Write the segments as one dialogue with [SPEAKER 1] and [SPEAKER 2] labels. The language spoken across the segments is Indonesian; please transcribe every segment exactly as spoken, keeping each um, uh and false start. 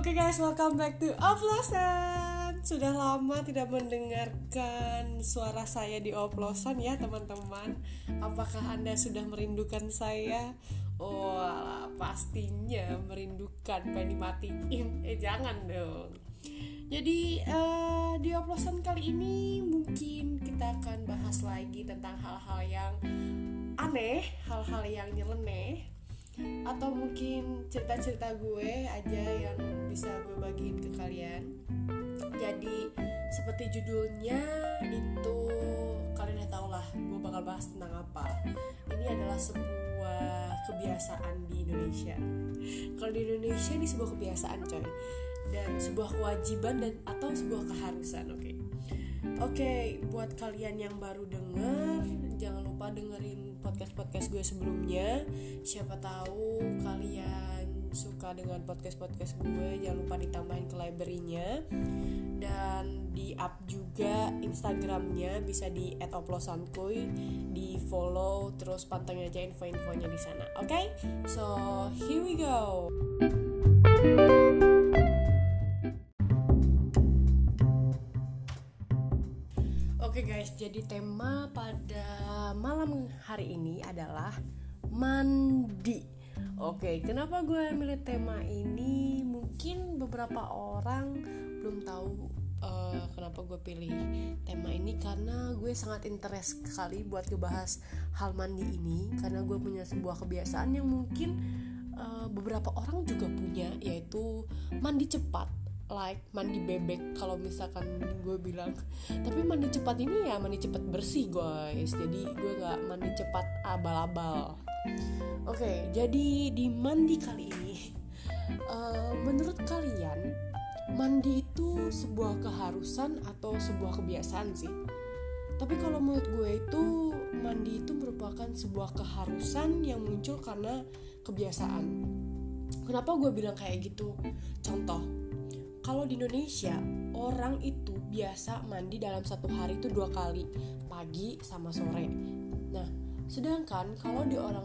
[SPEAKER 1] Oke guys, welcome back to Oplosan. Sudah lama tidak mendengarkan suara saya di Oplosan ya teman-teman. Apakah Anda sudah merindukan saya? Wah, pastinya merindukan, pengen dimatiin. Eh jangan dong. Jadi uh, di Oplosan kali ini mungkin kita akan bahas lagi tentang hal-hal yang aneh, hal-hal yang nyeleneh, atau mungkin cerita-cerita gue aja yang bisa gue bagiin ke kalian. Jadi seperti judulnya itu kalian udah tau lah gue bakal bahas tentang apa. Ini adalah sebuah kebiasaan di Indonesia. Kalau di Indonesia ini sebuah kebiasaan coy, dan sebuah kewajiban dan atau sebuah keharusan. Oke okay. Oke, okay, buat kalian yang baru denger, jangan lupa dengerin podcast-podcast gue sebelumnya. Siapa tahu kalian suka dengan podcast-podcast gue, jangan lupa ditambahin ke library-nya. Dan di up juga Instagramnya, bisa di et oplosankuy, di follow, terus pantengin aja info-infonya di sana. Oke, okay? So here we go. Oke okay guys, jadi tema pada malam hari ini adalah mandi. Oke, okay, kenapa gue milih tema ini? Mungkin beberapa orang belum tahu uh, kenapa gue pilih tema ini, karena gue sangat interest sekali buat ngebahas hal mandi ini, karena gue punya sebuah kebiasaan yang mungkin uh, beberapa orang juga punya, yaitu mandi cepat. Like mandi bebek kalau misalkan gue bilang. Tapi mandi cepat ini ya mandi cepat bersih guys. Jadi gue gak mandi cepat abal-abal. Oke, okay, jadi di mandi kali ini uh, menurut kalian mandi itu sebuah keharusan atau sebuah kebiasaan sih? Tapi kalau menurut gue itu mandi itu merupakan sebuah keharusan yang muncul karena kebiasaan. Kenapa gue bilang kayak gitu? Contoh, kalau di Indonesia, orang itu biasa mandi dalam satu hari itu dua kali, pagi sama sore. Nah, sedangkan kalau di orang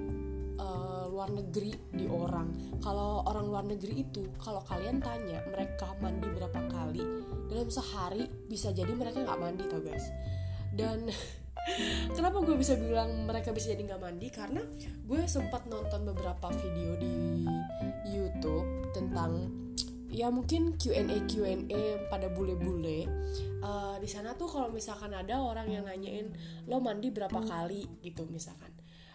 [SPEAKER 1] uh, luar negeri, di orang, kalau orang luar negeri itu, kalau kalian tanya mereka mandi berapa kali dalam sehari, bisa jadi mereka nggak mandi tau guys. Dan kenapa gue bisa bilang mereka bisa jadi nggak mandi? Karena gue sempat nonton beberapa video di YouTube tentang ya mungkin Q and A Q and A pada bule-bule. Uh, di sana tuh kalau misalkan ada orang yang nanyain lo mandi berapa kali gitu misalkan,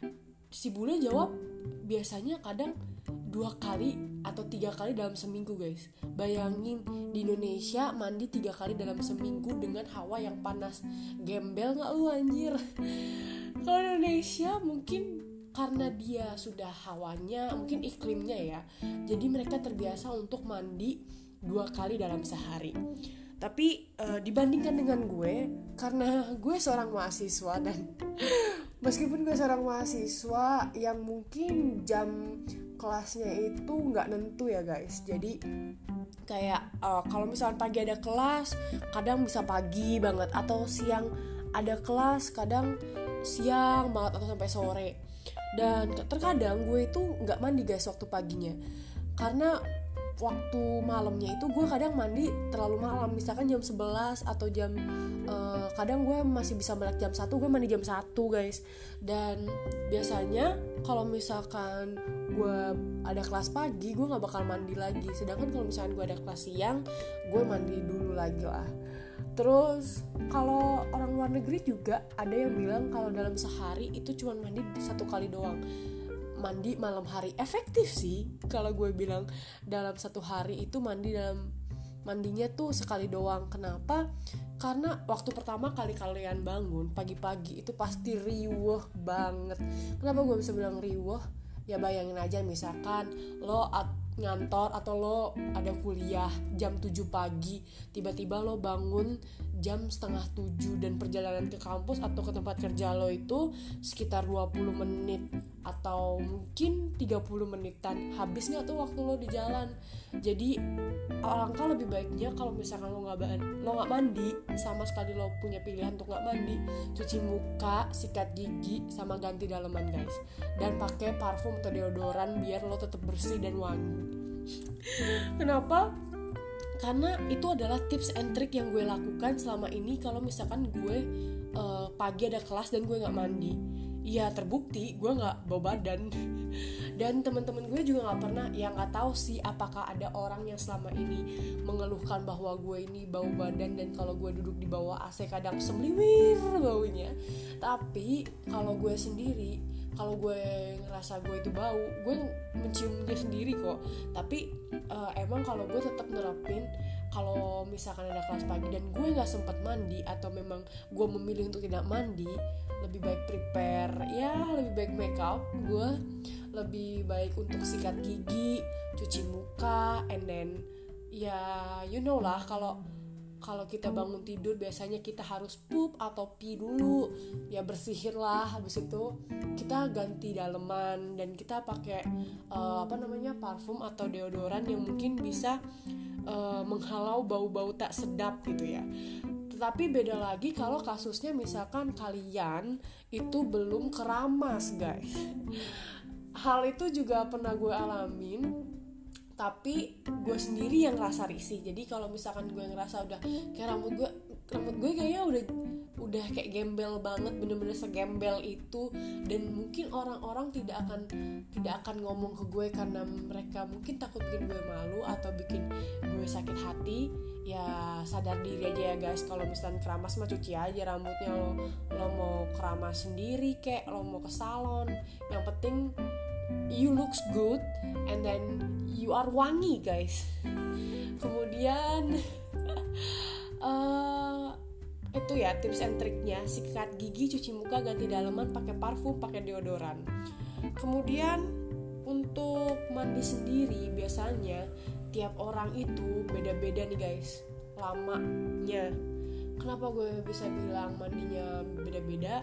[SPEAKER 1] si bule jawab biasanya kadang dua kali atau tiga kali dalam seminggu guys. Bayangin di Indonesia mandi tiga kali dalam seminggu dengan hawa yang panas, gembel nggak lu anjir? Kalau di Indonesia mungkin karena dia sudah hawanya, mungkin iklimnya ya, jadi mereka terbiasa untuk mandi dua kali dalam sehari. Tapi e, dibandingkan dengan gue, karena gue seorang mahasiswa, dan meskipun gue seorang mahasiswa yang mungkin jam kelasnya itu nggak nentu ya guys. Jadi kayak e, kalau misalnya pagi ada kelas, kadang bisa pagi banget, atau siang ada kelas, kadang siang banget atau sampai sore. Dan terkadang gue itu gak mandi guys waktu paginya, karena waktu malamnya itu gue kadang mandi terlalu malam. Misalkan jam sebelas atau jam uh, kadang gue masih bisa melek jam satu, gue mandi jam satu guys. Dan biasanya kalau misalkan gue ada kelas pagi, gue gak bakal mandi lagi. Sedangkan kalau misalkan gue ada kelas siang, gue mandi dulu lagi lah. Terus kalau orang luar negeri juga ada yang bilang kalau dalam sehari itu cuma mandi satu kali doang, mandi malam hari. Efektif sih kalau gue bilang dalam satu hari itu mandi dalam mandinya tuh sekali doang. Kenapa? Karena waktu pertama kali kalian bangun pagi-pagi itu pasti riweh banget. Kenapa gue bisa bilang riweh? Ya bayangin aja misalkan lo at- ngantor atau lo ada kuliah jam tujuh pagi, tiba-tiba lo bangun jam setengah tujuh, dan perjalanan ke kampus atau ke tempat kerja lo itu sekitar dua puluh menit atau mungkin tiga puluh menitan. Habis gak tuh waktu lo di jalan? Jadi alangkah lebih baiknya kalau misalkan lo gak, lo gak mandi, sama sekali lo punya pilihan untuk gak mandi, cuci muka, sikat gigi, sama ganti daleman guys, dan pakai parfum atau deodoran biar lo tetap bersih dan wangi. Kenapa? Karena itu adalah tips and trick yang gue lakukan selama ini kalau misalkan gue uh, pagi ada kelas dan gue nggak mandi. Ya terbukti gue nggak bau badan. Dan teman-teman gue juga nggak pernah, ya nggak tahu sih apakah ada orang yang selama ini mengeluhkan bahwa gue ini bau badan dan kalau gue duduk di bawah A C kadang semliwir baunya. Tapi kalau gue sendiri, kalau gue ngerasa gue itu bau, gue menciumnya sendiri kok. Tapi uh, emang kalau gue tetap nerapin, kalau misalkan ada kelas pagi dan gue nggak sempat mandi atau memang gue memilih untuk tidak mandi, lebih baik prepare, ya lebih baik make up, gue lebih baik untuk sikat gigi, cuci muka, and then ya you know lah, kalau kalau kita bangun tidur biasanya kita harus pup atau pee dulu, ya bersihin lah. Habis itu kita ganti daleman dan kita pakai uh, apa namanya parfum atau deodoran yang mungkin bisa uh, menghalau bau-bau tak sedap gitu ya. Tetapi beda lagi kalau kasusnya misalkan kalian itu belum keramas guys. Hal itu juga pernah gue alamin, tapi gue sendiri yang ngerasa risih. Jadi kalau misalkan gue ngerasa udah kayak rambut gue rambut gue kayaknya udah udah kayak gembel banget, bener-bener segembel itu, dan mungkin orang-orang tidak akan tidak akan ngomong ke gue karena mereka mungkin takut bikin gue malu atau bikin gue sakit hati. Ya sadar diri aja ya guys, kalau misalkan keramas mah cuci aja rambutnya. Lo lo mau keramas sendiri kek, lo mau ke salon, yang penting you looks good and then you are wangi guys. Kemudian uh, itu ya tips and triknya, sikat gigi, cuci muka, ganti daleman, pakai parfum, pakai deodoran. Kemudian untuk mandi sendiri biasanya tiap orang itu beda-beda nih guys lamanya. Kenapa gue bisa bilang mandinya beda-beda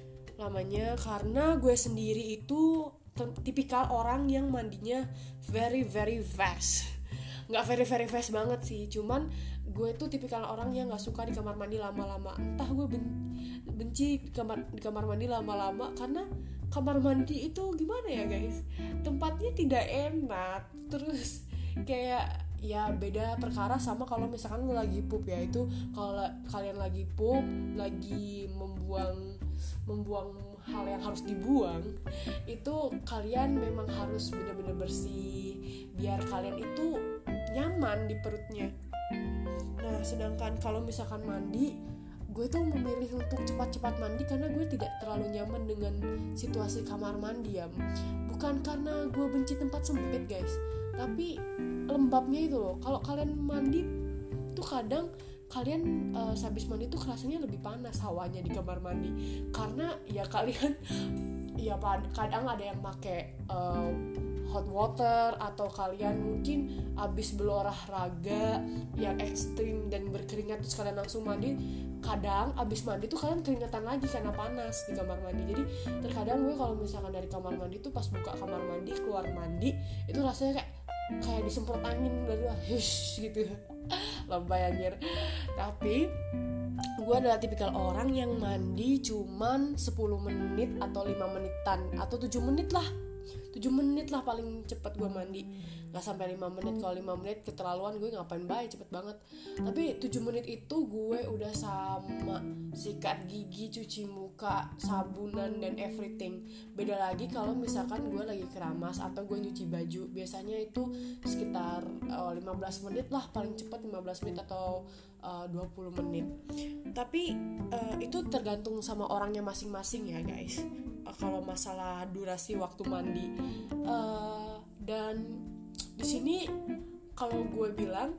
[SPEAKER 1] lamanya? Karena gue sendiri itu tipikal orang yang mandinya very very fast. Nggak very very fast banget sih, cuman gue tuh tipikal orang yang nggak suka di kamar mandi lama-lama. Entah gue ben- benci di kamar di kamar mandi lama-lama karena kamar mandi itu gimana ya guys, tempatnya tidak enak. Terus kayak ya beda perkara sama kalau misalkan lu lagi pup ya. Itu kalau kalian lagi pup, lagi membuang membuang hal yang harus dibuang, itu kalian memang harus benar-benar bersih biar kalian itu nyaman di perutnya. Nah sedangkan kalau misalkan mandi, gue tuh memilih untuk cepat-cepat mandi karena gue tidak terlalu nyaman dengan situasi kamar mandi ya. Bukan karena gue benci tempat sempit guys, tapi lembabnya itu loh. Kalau kalian mandi tuh kadang kalian uh, habis mandi tuh rasanya lebih panas hawanya di kamar mandi karena ya kalian ya kadang ada yang pakai uh, hot water, atau kalian mungkin habis berolahraga yang ekstrim dan berkeringat terus kalian langsung mandi. Kadang habis mandi tuh kalian keringatan lagi karena panas di kamar mandi. Jadi terkadang gue kalau misalkan dari kamar mandi tuh pas buka kamar mandi keluar mandi itu rasanya kayak kayak disemprot angin dari hush gitu. Lebay anjir. Tapi gue adalah tipikal orang yang mandi cuman sepuluh menit atau lima menitan atau tujuh menit lah. tujuh menit lah paling cepet gue mandi. Gak sampai lima menit. Kalau lima menit keterlaluan, gue ngapain baik cepet banget. Tapi tujuh menit itu gue udah sama sikat gigi, cuci muka, sabunan dan everything. Beda lagi kalau misalkan gue lagi keramas atau gue nyuci baju. Biasanya itu sekitar uh, lima belas menit lah paling cepet, lima belas menit atau uh, dua puluh menit. Tapi uh, itu tergantung sama orangnya masing-masing ya guys. Uh, kalau masalah durasi waktu mandi uh, dan di sini kalau gue bilang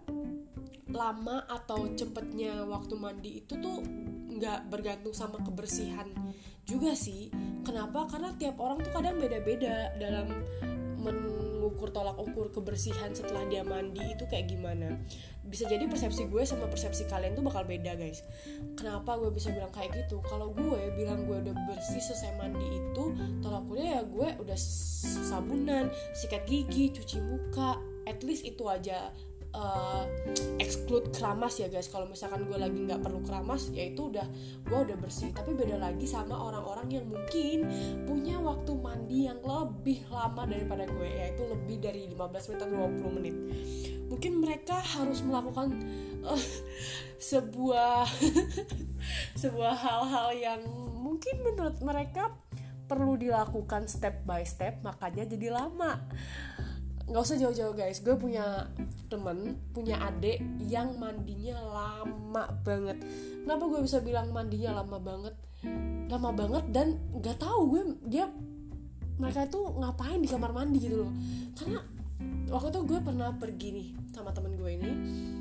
[SPEAKER 1] lama atau cepetnya waktu mandi itu tuh nggak bergantung sama kebersihan juga sih. Kenapa? Karena tiap orang tuh kadang beda-beda dalam mengukur tolak ukur kebersihan setelah dia mandi itu kayak gimana. Bisa jadi persepsi gue sama persepsi kalian tuh bakal beda guys. Kenapa gue bisa bilang kayak gitu? Kalau gue bilang gue udah bersih selesai mandi itu, tolak ukurnya ya gue udah sabunan, sikat gigi, cuci muka, at least itu aja uh, exclude keramas ya guys. Kalau misalkan gue lagi nggak perlu keramas, ya itu udah gue udah bersih. Tapi beda lagi sama orang-orang yang mungkin punya waktu mandi yang lebih lama daripada gue, yaitu lebih dari lima belas menit atau dua puluh menit. Mungkin mereka harus melakukan uh, sebuah sebuah hal-hal yang mungkin menurut mereka perlu dilakukan step by step, makanya jadi lama. Nggak usah jauh-jauh guys, gue punya temen, punya adik yang mandinya lama banget. Kenapa gue bisa bilang mandinya lama banget? Lama banget dan nggak tahu gue dia mereka itu ngapain di kamar mandi gitu loh. Karena waktu itu gue pernah pergi nih sama temen gue ini.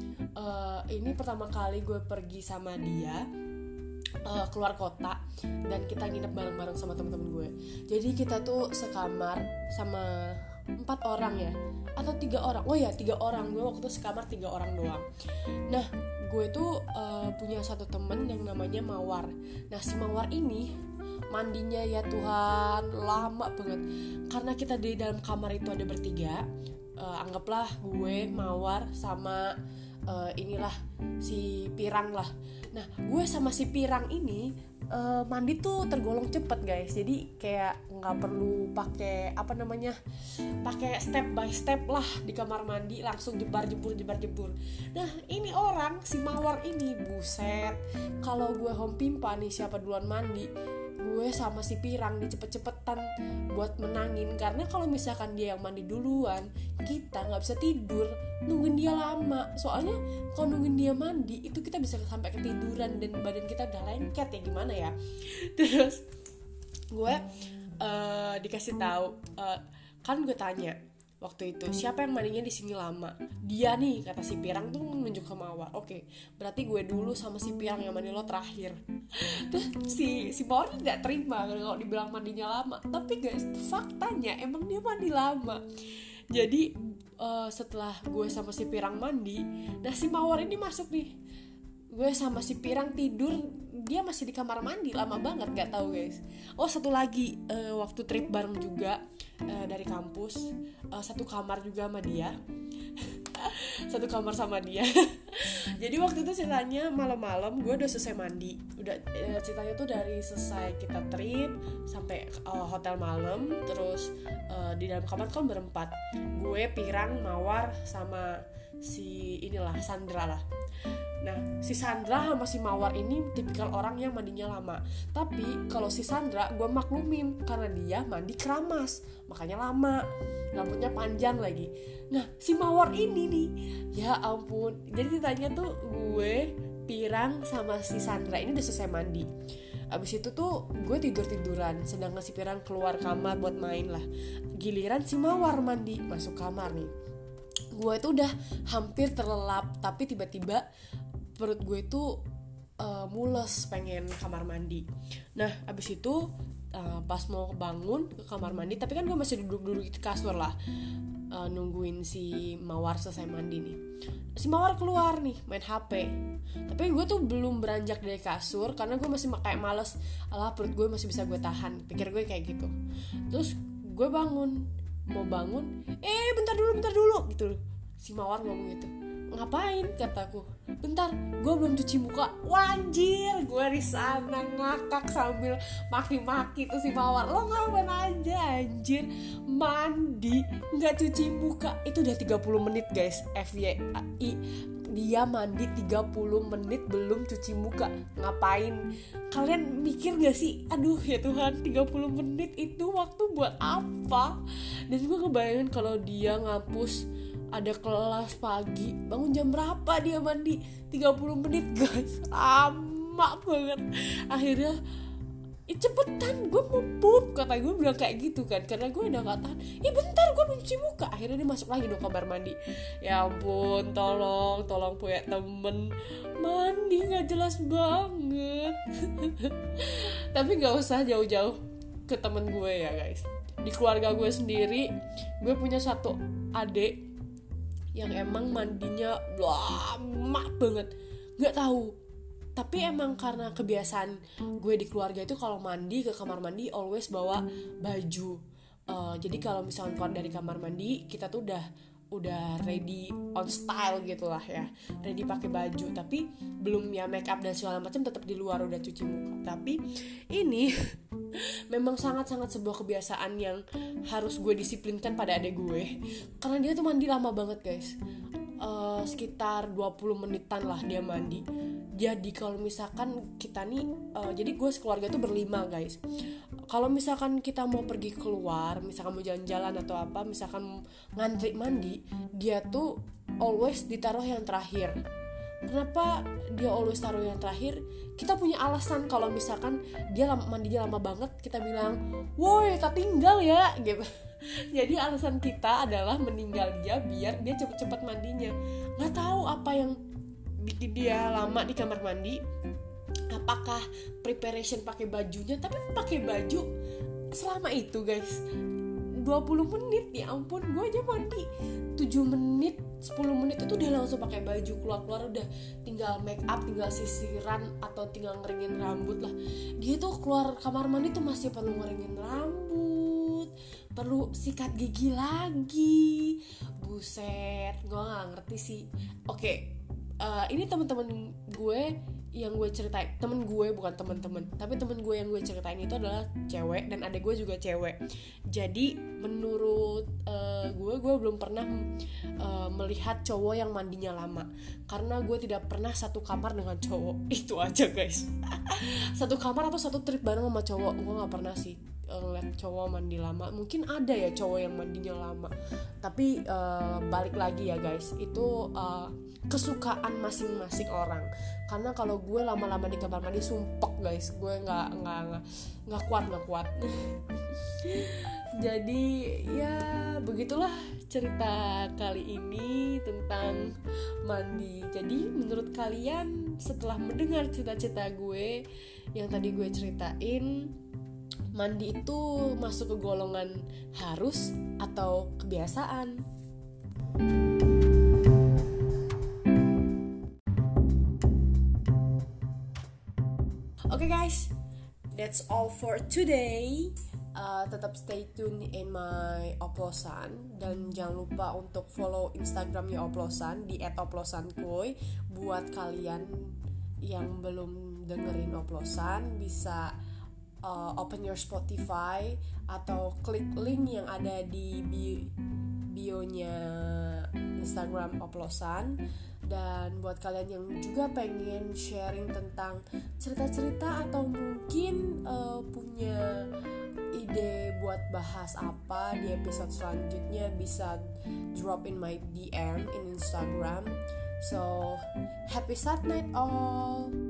[SPEAKER 1] Uh, ini pertama kali gue pergi sama dia uh, keluar kota dan kita nginep bareng-bareng sama temen-temen gue. Jadi kita tuh sekamar sama empat orang ya atau tiga orang, oh ya tiga orang, gue waktu itu sekamar tiga orang doang. Nah gue tuh uh, punya satu temen yang namanya Mawar. Nah si Mawar ini mandinya ya Tuhan lama banget, karena kita di dalam kamar itu ada bertiga, uh, anggaplah gue, Mawar sama uh, inilah si Pirang lah. Nah gue sama si Pirang ini Uh, mandi tuh tergolong cepet guys, jadi kayak nggak perlu pakai apa namanya pakai step by step lah di kamar mandi, langsung jebar jebur jebar jebur. Nah ini orang si Mawar ini buset, kalau gue home pimpa nih siapa duluan mandi, gue sama si Pirang dicepet-cepetan buat menangin, karena kalau misalkan dia yang mandi duluan kita nggak bisa tidur nungguin dia lama. Soalnya kalau nungguin dia mandi itu kita bisa sampai ketiduran dan badan kita udah lengket ya gimana ya. Terus gue uh, dikasih tahu uh, kan gue tanya waktu itu siapa yang mandinya di sini lama, dia nih kata si Pirang tuh menunjuk ke Mawar. Oke berarti gue dulu sama si Pirang yang mandi, lo terakhir. Terus si si Mawar tidak terima kalau dibilang mandinya lama, tapi guys faktanya emang dia mandi lama. Jadi uh, setelah gue sama si Pirang mandi, nah si Mawar ini masuk nih, gue sama si Pirang tidur, dia masih di kamar mandi lama banget, nggak tahu guys. Oh satu lagi uh, waktu trip bareng juga uh, dari kampus, uh, satu kamar juga sama dia. Satu kamar sama dia. Jadi waktu itu ceritanya malam-malam gue udah selesai mandi, udah e, ceritanya tuh dari selesai kita trip sampai e, hotel malam, terus e, di dalam kamar kan berempat, gue, Pirang, Mawar sama si inilah Sandra lah. Nah si Sandra sama si Mawar ini tipikal orang yang mandinya lama, tapi kalau si Sandra gue maklumin karena dia mandi keramas, makanya lama, rambutnya panjang lagi. Nah si Mawar ini nih ya ampun, jadi ditanya tuh gue, Pirang sama si Sandra ini udah selesai mandi. Abis itu tuh gue tidur-tiduran, sedangkan si Pirang keluar kamar buat main lah. Giliran si Mawar mandi masuk kamar nih, gue tuh udah hampir terlelap, tapi tiba-tiba perut gue tuh uh, mules pengen kamar mandi. Nah abis itu uh, pas mau bangun ke kamar mandi, tapi kan gue masih duduk-duduk di kasur lah, uh, nungguin si Mawar selesai mandi nih. Si Mawar keluar nih main H P, tapi gue tuh belum beranjak dari kasur karena gue masih kayak males, alah perut gue masih bisa gue tahan, pikir gue kayak gitu. Terus gue bangun, mau bangun, eh bentar dulu bentar dulu gitu. Si Mawar ngomong gitu, ngapain kataku, bentar gue belum cuci muka. Wanjir, gue di sana ngakak sambil maki-maki tuh si Mawar, lo ngapain aja anjir mandi nggak cuci muka. Itu udah tiga puluh menit guys, F Y I, dia mandi tiga puluh menit belum cuci muka. Ngapain? Kalian mikir gak sih? Aduh ya Tuhan, tiga puluh menit itu waktu buat apa? Dan gue ngebayangin kalau dia ngampus ada kelas pagi, bangun jam berapa dia mandi? tiga puluh menit guys, lama banget. Akhirnya eh, cepetan gue mau pup, kata gue bilang kayak gitu kan, karena gue udah gak tahan. Ya bentar gue mau cuci muka. Akhirnya dia masuk lagi dong kamar mandi. Ya ampun, tolong tolong punya temen mandi gak jelas banget. Tapi gak usah jauh-jauh ke temen gue ya guys. Di keluarga gue sendiri, gue punya satu adik yang emang mandinya lama banget, nggak tahu. Tapi emang karena kebiasaan gue di keluarga itu kalau mandi ke kamar mandi always bawa baju. Uh, jadi kalau misalnya keluar dari kamar mandi kita tuh udah udah ready on style gitulah ya, ready pakai baju, tapi belum ya make up dan segala macam, tetap di luar udah cuci muka. Tapi ini memang sangat-sangat sebuah kebiasaan yang harus gue disiplinkan pada adek gue, karena dia tuh mandi lama banget guys, uh, sekitar dua puluh menitan lah dia mandi. Jadi kalau misalkan kita nih uh, jadi gue sekeluarga tuh berlima guys. Kalau misalkan kita mau pergi keluar, misalkan mau jalan-jalan atau apa, misalkan ngantri mandi, dia tuh always ditaruh yang terakhir. Kenapa dia always taruh yang terakhir? Kita punya alasan kalau misalkan dia lama, mandinya lama banget, kita bilang, woi tak tinggal ya gitu. Jadi alasan kita adalah meninggal dia biar dia cepet-cepet mandinya. Gak tahu apa yang bikin dia lama di kamar mandi, apakah preparation pakai bajunya, tapi pakai baju selama itu guys dua puluh menit, ya ampun, gue aja mandi tujuh menit sepuluh menit itu dia langsung pakai baju, keluar-keluar udah tinggal make up, tinggal sisiran atau tinggal ngeringin rambut lah. Dia tuh keluar kamar mandi tuh masih perlu ngeringin rambut, perlu sikat gigi lagi, buset, gue nggak ngerti sih. Oke, uh, ini teman-teman gue yang gue ceritain, temen gue bukan temen-temen, tapi temen gue yang gue ceritain itu adalah cewek dan adek gue juga cewek. Jadi menurut uh, gue, gue belum pernah uh, melihat cowok yang mandinya lama, karena gue tidak pernah satu kamar dengan cowok. Itu aja guys. Satu kamar atau satu trip bareng sama cowok, gue nggak pernah sih ngeliat cowok mandi lama. Mungkin ada ya cowok yang mandinya lama, tapi uh, balik lagi ya guys, itu uh, kesukaan masing-masing orang. Karena kalau gue lama-lama di kamar mandi sumpek guys, gue nggak nggak nggak kuat nggak kuat. Jadi ya begitulah cerita kali ini tentang mandi. Jadi menurut kalian setelah mendengar cerita-cerita gue yang tadi gue ceritain, mandi itu masuk ke golongan harus atau kebiasaan? Oke okay guys, that's all for today. Uh, tetap stay tune in my oplosan, dan jangan lupa untuk follow Instagramnya oplosan di et oplosankuy. Buat kalian yang belum dengerin oplosan, bisa Uh, open your Spotify atau klik link yang ada di bi- bio-nya Instagram oplosan. Dan buat kalian yang juga pengen sharing tentang cerita-cerita atau mungkin uh, punya ide buat bahas apa di episode selanjutnya, bisa drop in my D M in Instagram. So happy Saturday night all.